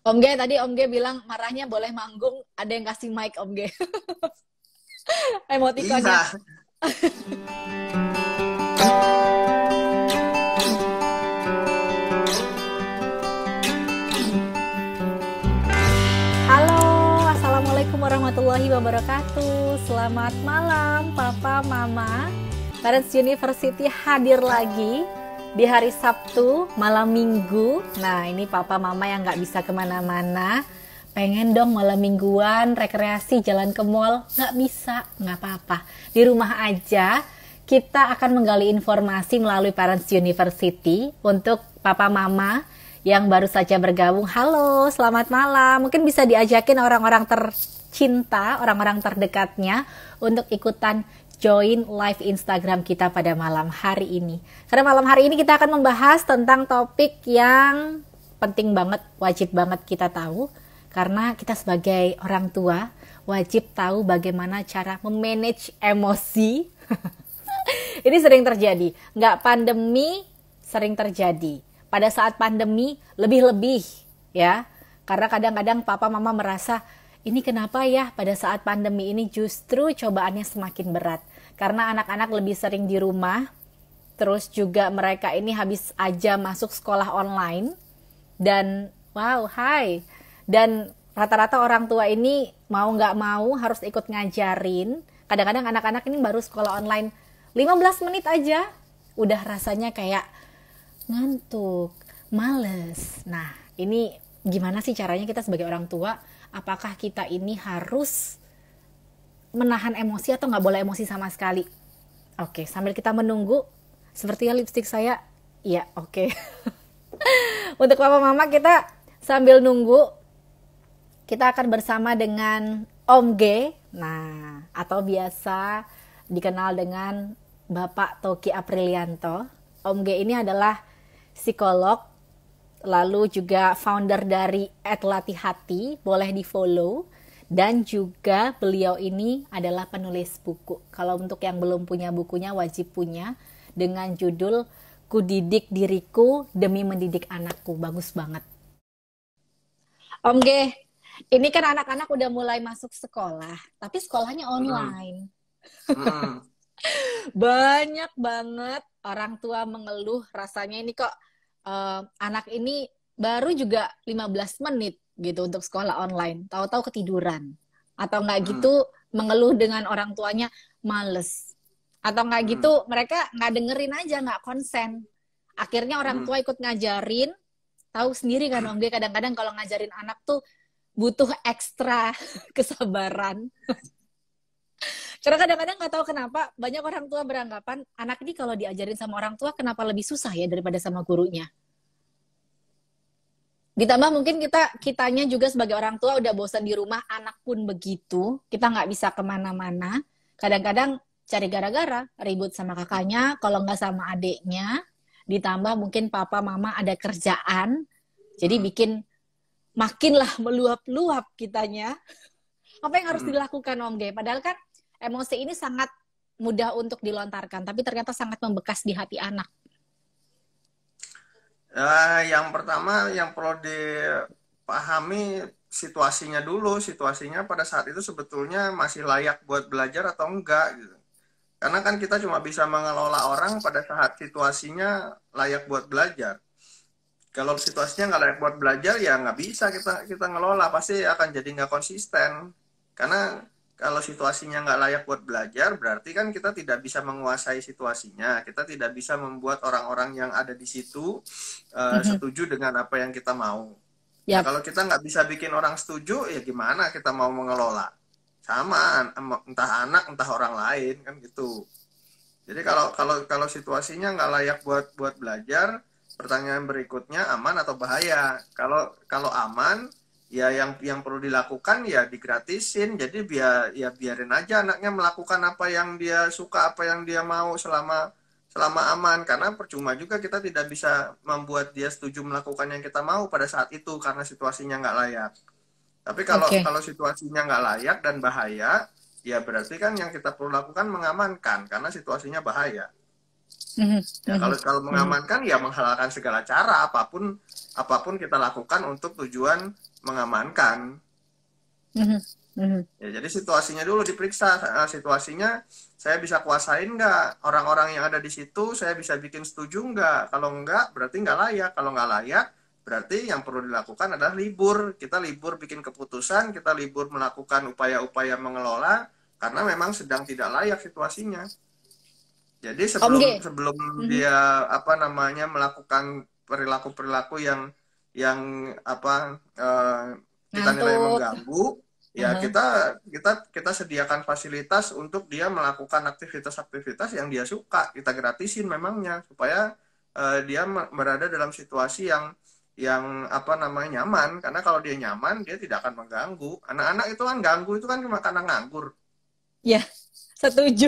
Om Ge tadi Om Ge bilang marahnya boleh manggung, ada yang kasih mic Om Ge. Emotikonnya. Iya. Halo, Assalamualaikum warahmatullahi wabarakatuh. Selamat malam, Papa, Mama. Parents University hadir lagi di hari Sabtu, malam Minggu. Nah, ini Papa, Mama yang nggak bisa kemana-mana. Pengen dong malam mingguan, rekreasi, jalan ke mall. Nggak bisa, nggak apa-apa. Di rumah aja, kita akan menggali informasi melalui Parents University untuk Papa, Mama yang baru saja bergabung. Halo, selamat malam. Mungkin bisa diajakin orang-orang tercinta, orang-orang terdekatnya untuk ikutan join live Instagram kita pada malam hari ini. Karena malam hari ini kita akan membahas tentang topik yang penting banget, wajib banget kita tahu. Karena kita sebagai orang tua wajib tahu bagaimana cara memanage emosi. Ini sering terjadi. Nggak pandemi, sering terjadi. Pada saat pandemi lebih-lebih ya, karena kadang-kadang papa mama merasa ini kenapa ya pada saat pandemi ini justru cobaannya semakin berat karena anak-anak lebih sering di rumah, terus juga mereka ini habis aja masuk sekolah online dan dan rata-rata orang tua ini mau nggak mau harus ikut ngajarin. Kadang-kadang anak-anak ini baru sekolah online 15 menit aja udah rasanya kayak ngantuk, males. Nah, ini gimana sih caranya kita sebagai orang tua? Apakah kita ini harus menahan emosi atau nggak boleh emosi sama sekali? Oke, sambil kita menunggu, sepertinya lipstik saya, iya oke. Untuk papa mama kita sambil nunggu, kita akan bersama dengan Om G, nah atau biasa dikenal dengan Bapak Toki Aprilianto. Om G ini adalah psikolog, lalu juga founder dari @latihati, boleh di follow, dan juga beliau ini adalah penulis buku. Kalau untuk yang belum punya bukunya wajib punya, dengan judul Ku Didik Diriku Demi Mendidik Anakku. Bagus banget. Om G, ini kan anak-anak udah mulai masuk sekolah, tapi sekolahnya Mm, online. mm, Banyak banget orang tua mengeluh rasanya ini kok anak ini baru juga 15 menit gitu untuk sekolah online, tahu-tahu ketiduran. Atau nggak mm, gitu mengeluh dengan orang tuanya males. Atau nggak gitu mm, mereka nggak dengerin aja, nggak konsen. Akhirnya orang mm. tua ikut ngajarin, tahu sendiri kan Om G, kadang-kadang kalau ngajarin anak tuh butuh ekstra kesabaran. Karena kadang-kadang nggak tahu kenapa banyak orang tua beranggapan anak ini kalau diajarin sama orang tua kenapa lebih susah ya daripada sama gurunya. Ditambah mungkin kitanya juga sebagai orang tua udah bosan di rumah, anak pun begitu, kita nggak bisa kemana-mana. Kadang-kadang cari gara-gara, ribut sama kakaknya, kalau nggak sama adiknya. Ditambah mungkin papa mama ada kerjaan, jadi bikin makinlah meluap-luap kitanya. Apa yang harus Mm. dilakukan Om G? Padahal kan emosi ini sangat mudah untuk dilontarkan, tapi ternyata sangat membekas di hati anak. Yang pertama yang perlu dipahami situasinya dulu. Situasinya pada saat itu sebetulnya masih layak buat belajar atau enggak gitu. Karena kan kita cuma bisa mengelola orang pada saat situasinya layak buat belajar. Kalau situasinya nggak layak buat belajar ya nggak bisa kita kita ngelola, pasti akan jadi nggak konsisten. Karena kalau situasinya nggak layak buat belajar, berarti kan kita tidak bisa menguasai situasinya. Kita tidak bisa membuat orang-orang yang ada di situ setuju dengan apa yang kita mau. Nah, Yap. kalau kita nggak bisa bikin orang setuju, ya gimana kita mau mengelola? Sama, entah anak, entah orang lain kan gitu. Jadi kalau situasinya nggak layak buat buat belajar, pertanyaan berikutnya aman atau bahaya? Kalau aman, ya yang perlu dilakukan ya digratisin. Jadi biarin aja anaknya melakukan apa yang dia suka, apa yang dia mau selama selama aman. Karena percuma juga kita tidak bisa membuat dia setuju melakukan yang kita mau pada saat itu karena situasinya nggak layak. Tapi kalau Oke. kalau situasinya nggak layak dan bahaya, ya berarti kan yang kita perlu lakukan mengamankan karena situasinya bahaya. Mhm, Ya mhm, kalau mhm, mengamankan ya menghalalkan segala cara, apapun apapun kita lakukan untuk tujuan mengamankan. mhm, mhm. Ya, jadi situasinya dulu diperiksa. Situasinya saya bisa kuasain nggak? Orang-orang yang ada di situ saya bisa bikin setuju nggak? Kalau nggak, berarti nggak layak. Kalau nggak layak, berarti yang perlu dilakukan adalah libur. Kita libur bikin keputusan, kita libur melakukan upaya-upaya mengelola, karena memang sedang tidak layak situasinya. Jadi Om sebelum G. sebelum Mhm, dia apa namanya melakukan perilaku-perilaku yang apa kita nilai ngantuk. mengganggu, ya Aha. kita sediakan fasilitas untuk dia melakukan aktivitas-aktivitas yang dia suka, kita gratisin memangnya supaya dia berada dalam situasi yang apa namanya nyaman, karena kalau dia nyaman dia tidak akan mengganggu. Anak-anak itu kan ganggu itu kan cuma karena nganggur. Ya, setuju.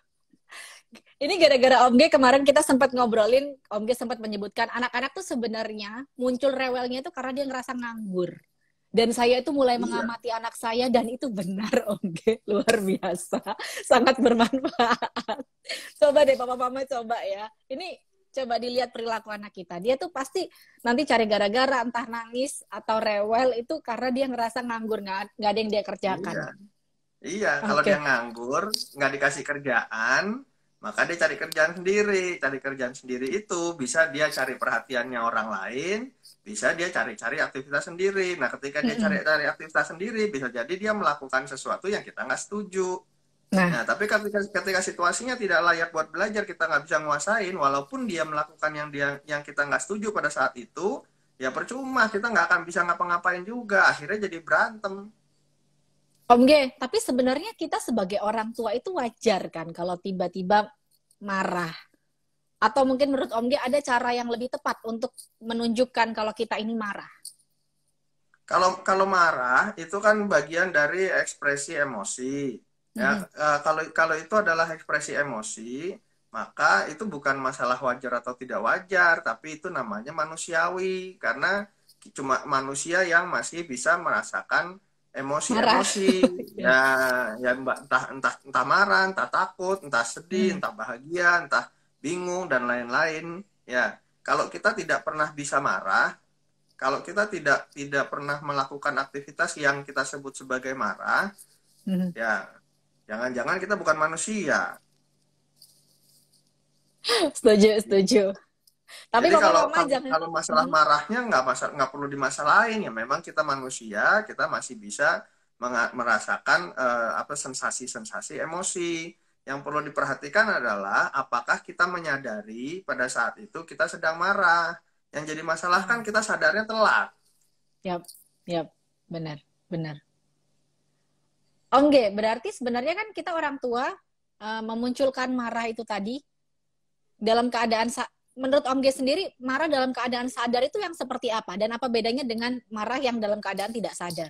Ini gara-gara Om G kemarin kita sempat ngobrolin, Om G sempat menyebutkan anak-anak tuh sebenarnya muncul rewelnya itu karena dia ngerasa nganggur. Dan saya itu mulai Iya. mengamati anak saya dan itu benar Om G, luar biasa. Sangat bermanfaat. Coba deh Papa Mama coba ya. Ini coba dilihat perilaku anak kita. Dia tuh pasti nanti cari gara-gara entah nangis atau rewel itu karena dia ngerasa nganggur, nggak ada yang dia kerjakan. Iya. Iya, kalau dia Oke. nganggur, nggak dikasih kerjaan, maka dia cari kerjaan sendiri. Cari kerjaan sendiri itu bisa dia cari perhatiannya orang lain, bisa dia cari-cari aktivitas sendiri. Nah, ketika dia Mm-mm. cari-cari aktivitas sendiri, bisa jadi dia melakukan sesuatu yang kita nggak setuju. Nah, Nah, tapi ketika situasinya tidak layak buat belajar, kita nggak bisa nguasain, walaupun dia melakukan yang kita nggak setuju pada saat itu, ya percuma, kita nggak akan bisa ngapa-ngapain juga. Akhirnya jadi berantem. Om G, tapi sebenarnya kita sebagai orang tua itu wajar kan kalau tiba-tiba marah. Atau mungkin menurut Om G ada cara yang lebih tepat untuk menunjukkan kalau kita ini marah. Kalau kalau marah itu kan bagian dari ekspresi emosi. Ya, Mhm. kalau kalau itu adalah ekspresi emosi, maka itu bukan masalah wajar atau tidak wajar, tapi itu namanya manusiawi karena cuma manusia yang masih bisa merasakan Marah. emosi-emosi. Ya, Ya. ya Mbak, entah entah entah marah, entah takut, entah sedih, Hmm. entah bahagia, entah bingung dan lain-lain. Ya, kalau kita tidak pernah bisa marah, kalau kita tidak pernah melakukan aktivitas yang kita sebut sebagai marah, Mhm. ya jangan-jangan kita bukan manusia. Setuju, setuju. Tapi Jadi Papa kalau Mama kalau, jangan. kalau masalah Mhm. marahnya nggak perlu dimasalahin ya. Memang kita manusia, kita masih bisa merasakan apa sensasi-sensasi emosi. Yang perlu diperhatikan adalah apakah kita menyadari pada saat itu kita sedang marah. Yang jadi masalah kan kita sadarnya telat. Yap, yap, benar, benar. Om G, berarti sebenarnya kan kita orang tua memunculkan marah itu tadi dalam keadaan menurut Om G sendiri marah dalam keadaan sadar itu yang seperti apa dan apa bedanya dengan marah yang dalam keadaan tidak sadar?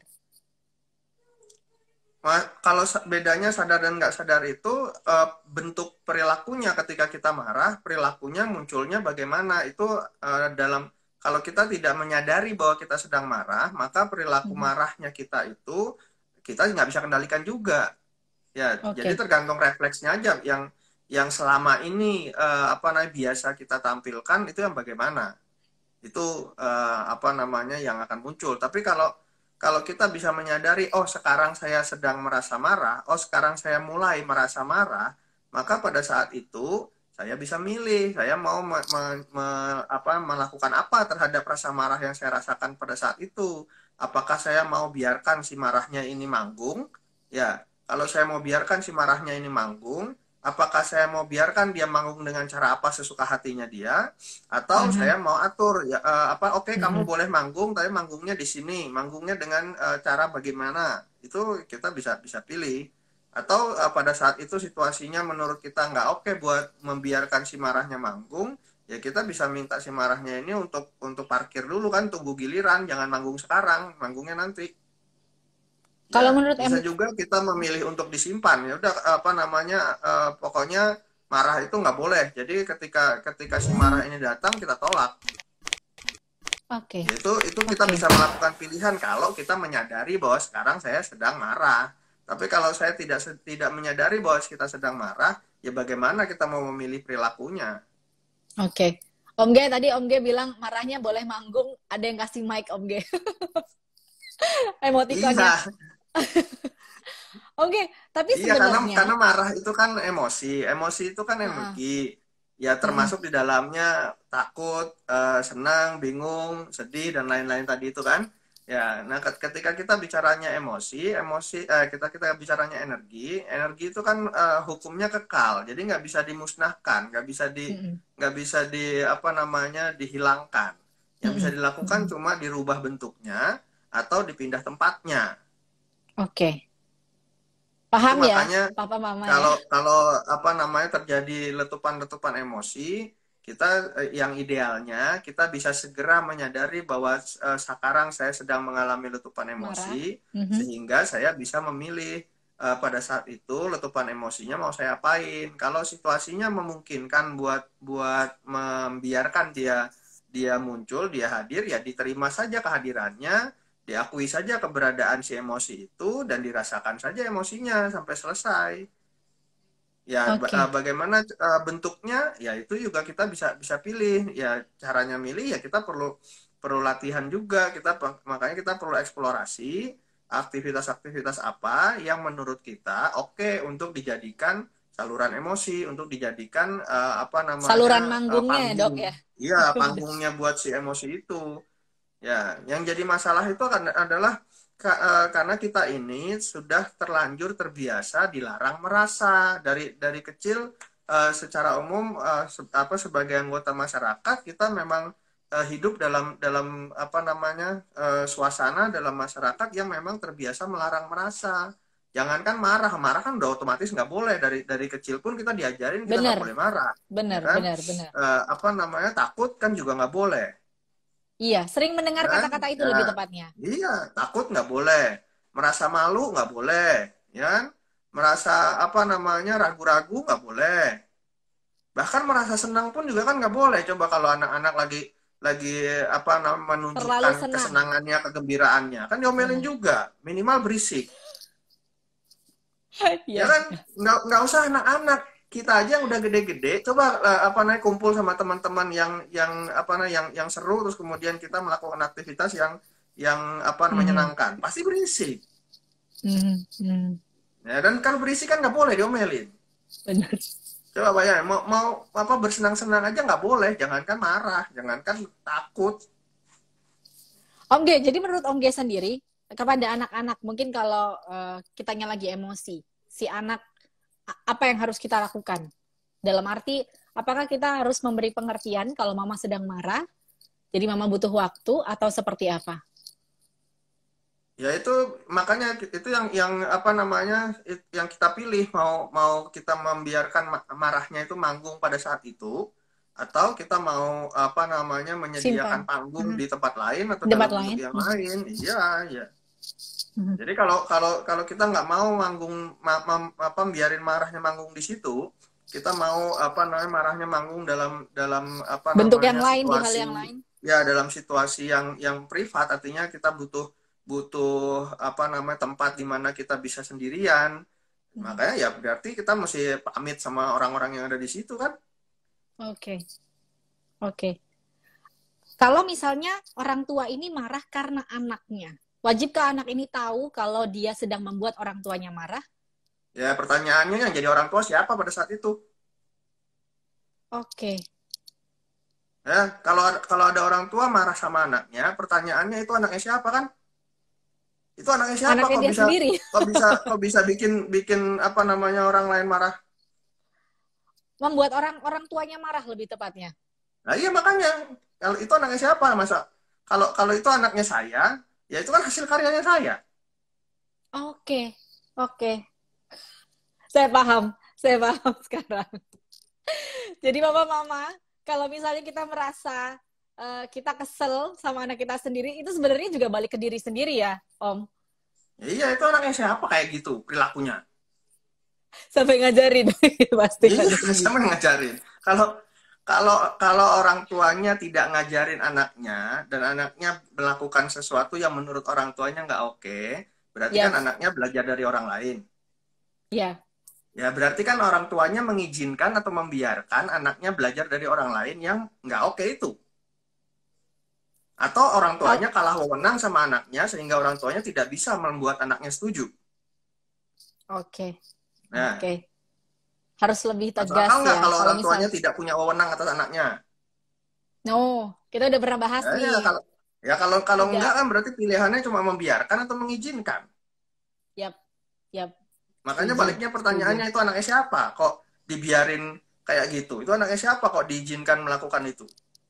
Kalau bedanya sadar dan nggak sadar itu bentuk perilakunya ketika kita marah, perilakunya munculnya bagaimana itu dalam kalau kita tidak menyadari bahwa kita sedang marah, maka perilaku Mhm. marahnya kita itu kita nggak bisa kendalikan juga. Ya, jadi Oke. tergantung refleksnya aja yang selama ini apa namanya biasa kita tampilkan itu yang bagaimana itu apa namanya yang akan muncul. Tapi kalau kalau kita bisa menyadari, oh sekarang saya sedang merasa marah, oh sekarang saya mulai merasa marah, maka pada saat itu saya bisa milih, saya mau apa, melakukan apa terhadap rasa marah yang saya rasakan pada saat itu. Apakah saya mau biarkan si marahnya ini manggung? Ya, kalau saya mau biarkan si marahnya ini manggung, apakah saya mau biarkan dia manggung dengan cara apa sesuka hatinya dia? Atau Mhm. saya mau atur ya apa oke kamu Mhm. boleh manggung tapi manggungnya di sini manggungnya dengan cara bagaimana itu kita bisa bisa pilih atau pada saat itu situasinya menurut kita nggak oke buat membiarkan si marahnya manggung ya kita bisa minta si marahnya ini untuk parkir dulu kan tunggu giliran jangan manggung sekarang manggungnya nanti Kalau ya menurut bisa juga kita memilih untuk disimpan ya udah apa namanya pokoknya marah itu nggak boleh jadi ketika ketika si marah ini datang kita tolak. Oke, Itu kita oke. bisa melakukan pilihan kalau kita menyadari bahwa sekarang saya sedang marah. Tapi kalau saya tidak menyadari bahwa kita sedang marah, ya bagaimana kita mau memilih perilakunya. Oke. Om Ge tadi Om Ge bilang marahnya boleh manggung, ada yang kasih mic Om Ge. Emotikonnya. Iya, Om Ge, tapi iya sebenarnya karena marah itu kan emosi, emosi itu kan Heeh. energi. Ya Mm-mm. termasuk di dalamnya takut, senang, bingung, sedih dan lain-lain tadi itu kan. Ya, nah ketika kita bicaranya emosi, kita kita bicaranya energi, energi itu kan hukumnya kekal, jadi nggak bisa dimusnahkan, Mm-mm. nggak bisa di apa namanya dihilangkan. Yang bisa Mm-mm. dilakukan Mm-mm. cuma dirubah bentuknya atau dipindah tempatnya. Oke. Itu Paham ya, makanya Papa Mama ya? kalau kalau apa namanya terjadi letupan-letupan emosi, kita yang idealnya kita bisa segera menyadari bahwa sekarang saya sedang mengalami letupan Marah. emosi, Mhm. sehingga saya bisa memilih pada saat itu letupan emosinya mau saya apain. Kalau situasinya memungkinkan buat buat membiarkan dia dia muncul, dia hadir, ya diterima saja kehadirannya, diakui saja keberadaan si emosi itu dan dirasakan saja emosinya sampai selesai. Ya Oke. bagaimana bentuknya ya itu juga kita bisa bisa pilih. Ya caranya milih ya kita perlu perlu latihan juga. Makanya kita perlu eksplorasi aktivitas-aktivitas apa yang menurut kita oke untuk dijadikan saluran emosi, untuk dijadikan apa namanya Saluran manggungnya ya, Dok panggung. ya? Iya, panggungnya buat si emosi itu. Ya, yang jadi masalah itu adalah karena kita ini sudah terlanjur terbiasa dilarang merasa dari kecil, secara umum sebagai anggota masyarakat kita memang hidup dalam dalam apa namanya suasana dalam masyarakat yang memang terbiasa melarang merasa. Jangankan marah, marah kan udah otomatis nggak boleh dari kecil pun kita diajarin kita nggak Bener, boleh marah, ya bener, kan? bener, bener. Apa namanya takut kan juga nggak boleh. Iya, sering mendengar Kan? kata-kata itu Ya, lebih tepatnya. iya, takut nggak boleh, merasa malu nggak boleh, ya, kan? Merasa apa namanya ragu-ragu nggak boleh, bahkan merasa senang pun juga kan nggak boleh. Coba kalau anak-anak lagi Terlalu menunjukkan senang. kesenangannya, kegembiraannya, kan diomelin Heeh. juga, minimal berisik, ya Iya. kan? Nggak usah anak-anak, kita aja yang udah gede-gede, coba apa namanya kumpul sama teman-teman yang apa namanya yang seru, terus kemudian kita melakukan aktivitas yang apa Mhm. menyenangkan, pasti berisik. Mhm. Mhm. Ya, dan kalau berisik kan nggak boleh diomelin. Bener. Coba bayangin, mau apa bersenang-senang aja nggak boleh, jangankan marah, jangankan takut. Om G, jadi menurut Om G sendiri, kepada anak-anak, mungkin kalau kitanya lagi emosi, si anak, apa yang harus kita lakukan? Dalam arti, apakah kita harus memberi pengertian kalau mama sedang marah, jadi mama butuh waktu, atau seperti apa? Ya itu makanya itu yang apa namanya yang kita pilih, mau mau kita membiarkan marahnya itu manggung pada saat itu, atau kita mau apa namanya menyediakan Simpan. panggung Mhm. di tempat lain atau Di dalam tempat bentuk lain. yang Mhm. lain. Iya, ya. Mhm. Jadi kalau kalau kalau kita nggak mau manggung apa biarin marahnya manggung di situ, kita mau apa namanya marahnya manggung dalam dalam apa Bentuk yang namanya lain, di hal situasi, yang lain. ya dalam situasi yang privat, artinya kita butuh butuh apa namanya tempat di mana kita bisa sendirian. Mhm. Makanya ya berarti kita mesti pamit sama orang-orang yang ada di situ kan. Oke, oke. Kalau misalnya orang tua ini marah karena anaknya, wajibkah anak ini tahu kalau dia sedang membuat orang tuanya marah? Ya pertanyaannya yang jadi orang tua siapa pada saat itu? Oke. Ya, kalau ada orang tua marah sama anaknya, pertanyaannya itu anaknya siapa kan? Itu anaknya siapa Anaknya kok dia bisa sendiri. kok bisa bikin bikin apa namanya orang lain marah? Membuat orang orang tuanya marah lebih tepatnya. Nah iya makanya kalau itu anaknya siapa masa kalau kalau itu anaknya saya, ya itu kan hasil karyanya saya. Oke, oke. Saya paham sekarang. Jadi mama-mama, kalau misalnya kita merasa kita kesel sama anak kita sendiri, itu sebenarnya juga balik ke diri sendiri ya, Om. Ya, iya itu anaknya siapa kayak gitu perilakunya. Sampai ngajarin, pasti Iya ngajarin sama gitu. ngajarin. Kalau kalau kalau orang tuanya tidak ngajarin anaknya dan anaknya melakukan sesuatu yang menurut orang tuanya nggak oke, berarti kan Ya, anaknya belajar dari orang lain. ya. Ya berarti kan orang tuanya mengizinkan atau membiarkan anaknya belajar dari orang lain yang nggak oke itu. Atau orang Kal- tuanya kalah wewenang sama anaknya sehingga orang tuanya tidak bisa membuat anaknya setuju. Oke, Nah, oke. Harus lebih masuk tegas akal nggak ya. kalau Kalau orang misal, tuanya tidak punya wewenang atas anaknya? no, kita udah pernah bahas Ya, nih. kalau kalau enggak Ada, kan berarti pilihannya cuma membiarkan atau mengizinkan. yap, yap, Makanya setuju, baliknya setuju. pertanyaannya itu anaknya siapa? Kok dibiarin kayak gitu? Itu anaknya siapa kok diizinkan melakukan itu?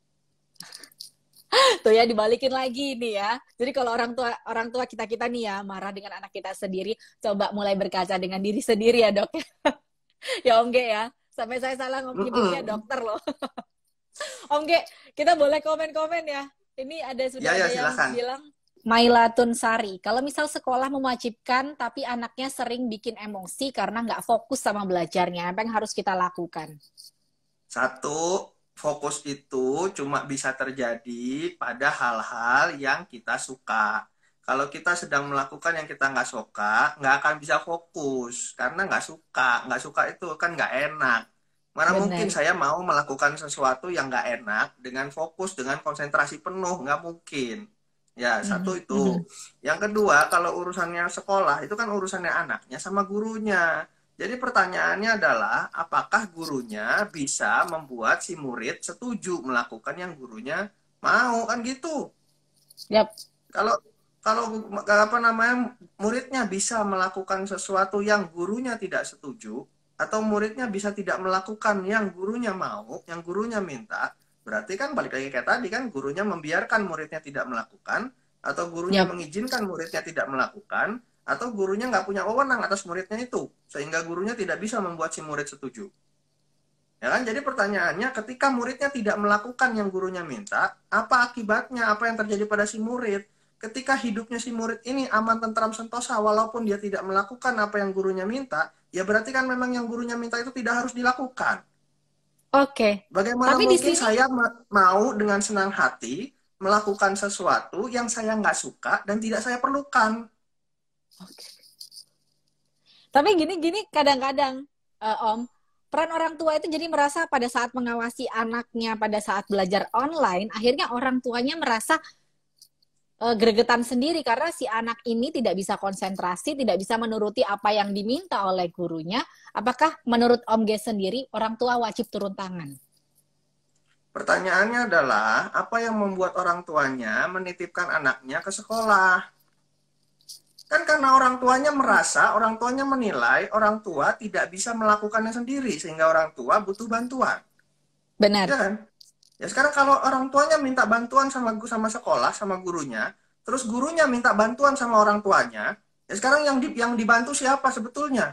Tuh ya dibalikin lagi nih ya. Jadi kalau orang tua kita nih ya marah dengan anak kita sendiri, coba mulai berkaca dengan diri sendiri ya dok. Ya Om Ge ya. Sampai saya salah nyebutnya Mm-mm. dokter loh. Om Ge, kita boleh komen-komen ya. Ini sudah Ya ya ada yang silakan. bilang Mailatun Sari, kalau misal sekolah mewajibkan tapi anaknya sering bikin emosi karena nggak fokus sama belajarnya, apa yang harus kita lakukan? Satu, fokus itu cuma bisa terjadi pada hal-hal yang kita suka. Kalau kita sedang melakukan yang kita nggak suka, nggak akan bisa fokus. Karena nggak suka. Nggak suka itu kan nggak enak. Mana mungkin Benar. saya mau melakukan sesuatu yang nggak enak dengan fokus, dengan konsentrasi penuh. Nggak mungkin. Ya, satu Mhm, itu. mhm. Yang kedua, kalau urusannya sekolah, itu kan urusannya anaknya sama gurunya. Jadi pertanyaannya adalah, apakah gurunya bisa membuat si murid setuju melakukan yang gurunya mau, kan gitu. Yap. Kalau kalau apa namanya muridnya bisa melakukan sesuatu yang gurunya tidak setuju, atau muridnya bisa tidak melakukan yang gurunya mau, yang gurunya minta, berarti kan balik lagi kayak tadi kan gurunya membiarkan muridnya tidak melakukan, atau gurunya Yap. mengizinkan muridnya tidak melakukan, atau gurunya nggak punya wewenang atas muridnya itu, sehingga gurunya tidak bisa membuat si murid setuju. Ya kan? Jadi pertanyaannya, ketika muridnya tidak melakukan yang gurunya minta, apa akibatnya? Apa yang terjadi pada si murid? Ketika hidupnya si murid ini aman, tentram, sentosa, walaupun dia tidak melakukan apa yang gurunya minta, ya berarti kan memang yang gurunya minta itu tidak harus dilakukan. Oke. Bagaimana Tapi di mungkin sini, saya mau dengan senang hati melakukan sesuatu yang saya nggak suka dan tidak saya perlukan? oke. Tapi gini-gini kadang-kadang Om, peran orang tua itu jadi merasa pada saat mengawasi anaknya pada saat belajar online, akhirnya orang tuanya merasa gregetan sendiri karena si anak ini tidak bisa konsentrasi, tidak bisa menuruti apa yang diminta oleh gurunya. Apakah menurut Om Ge sendiri orang tua wajib turun tangan? Pertanyaannya adalah, apa yang membuat orang tuanya menitipkan anaknya ke sekolah? Kan karena orang tuanya merasa, orang tuanya menilai orang tua tidak bisa melakukannya sendiri, sehingga orang tua butuh bantuan. Ya Benar. kan? Ya sekarang kalau orang tuanya minta bantuan sama sekolah, sama gurunya, terus gurunya minta bantuan sama orang tuanya, ya sekarang yang dibantu siapa sebetulnya?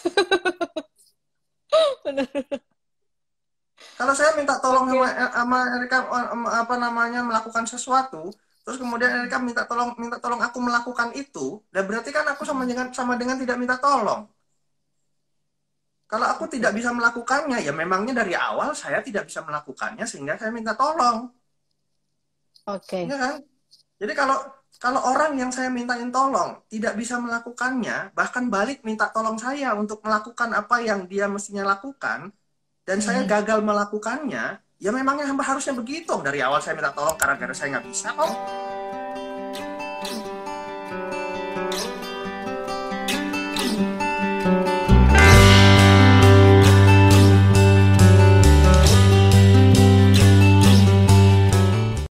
Kalau saya minta tolong Oke. sama Erika apa namanya melakukan sesuatu, terus kemudian Erika minta tolong aku melakukan itu, dan berarti kan aku sama dengan tidak minta tolong. Kalau aku tidak bisa melakukannya, ya memangnya dari awal saya tidak bisa melakukannya sehingga saya minta tolong, Oke. ya kan? Jadi kalau kalau orang yang saya mintain tolong tidak bisa melakukannya, bahkan balik minta tolong saya untuk melakukan apa yang dia mestinya lakukan, dan saya Mhm. gagal melakukannya, ya memangnya hamba harusnya begitu. Dari awal saya minta tolong karena saya nggak bisa kok.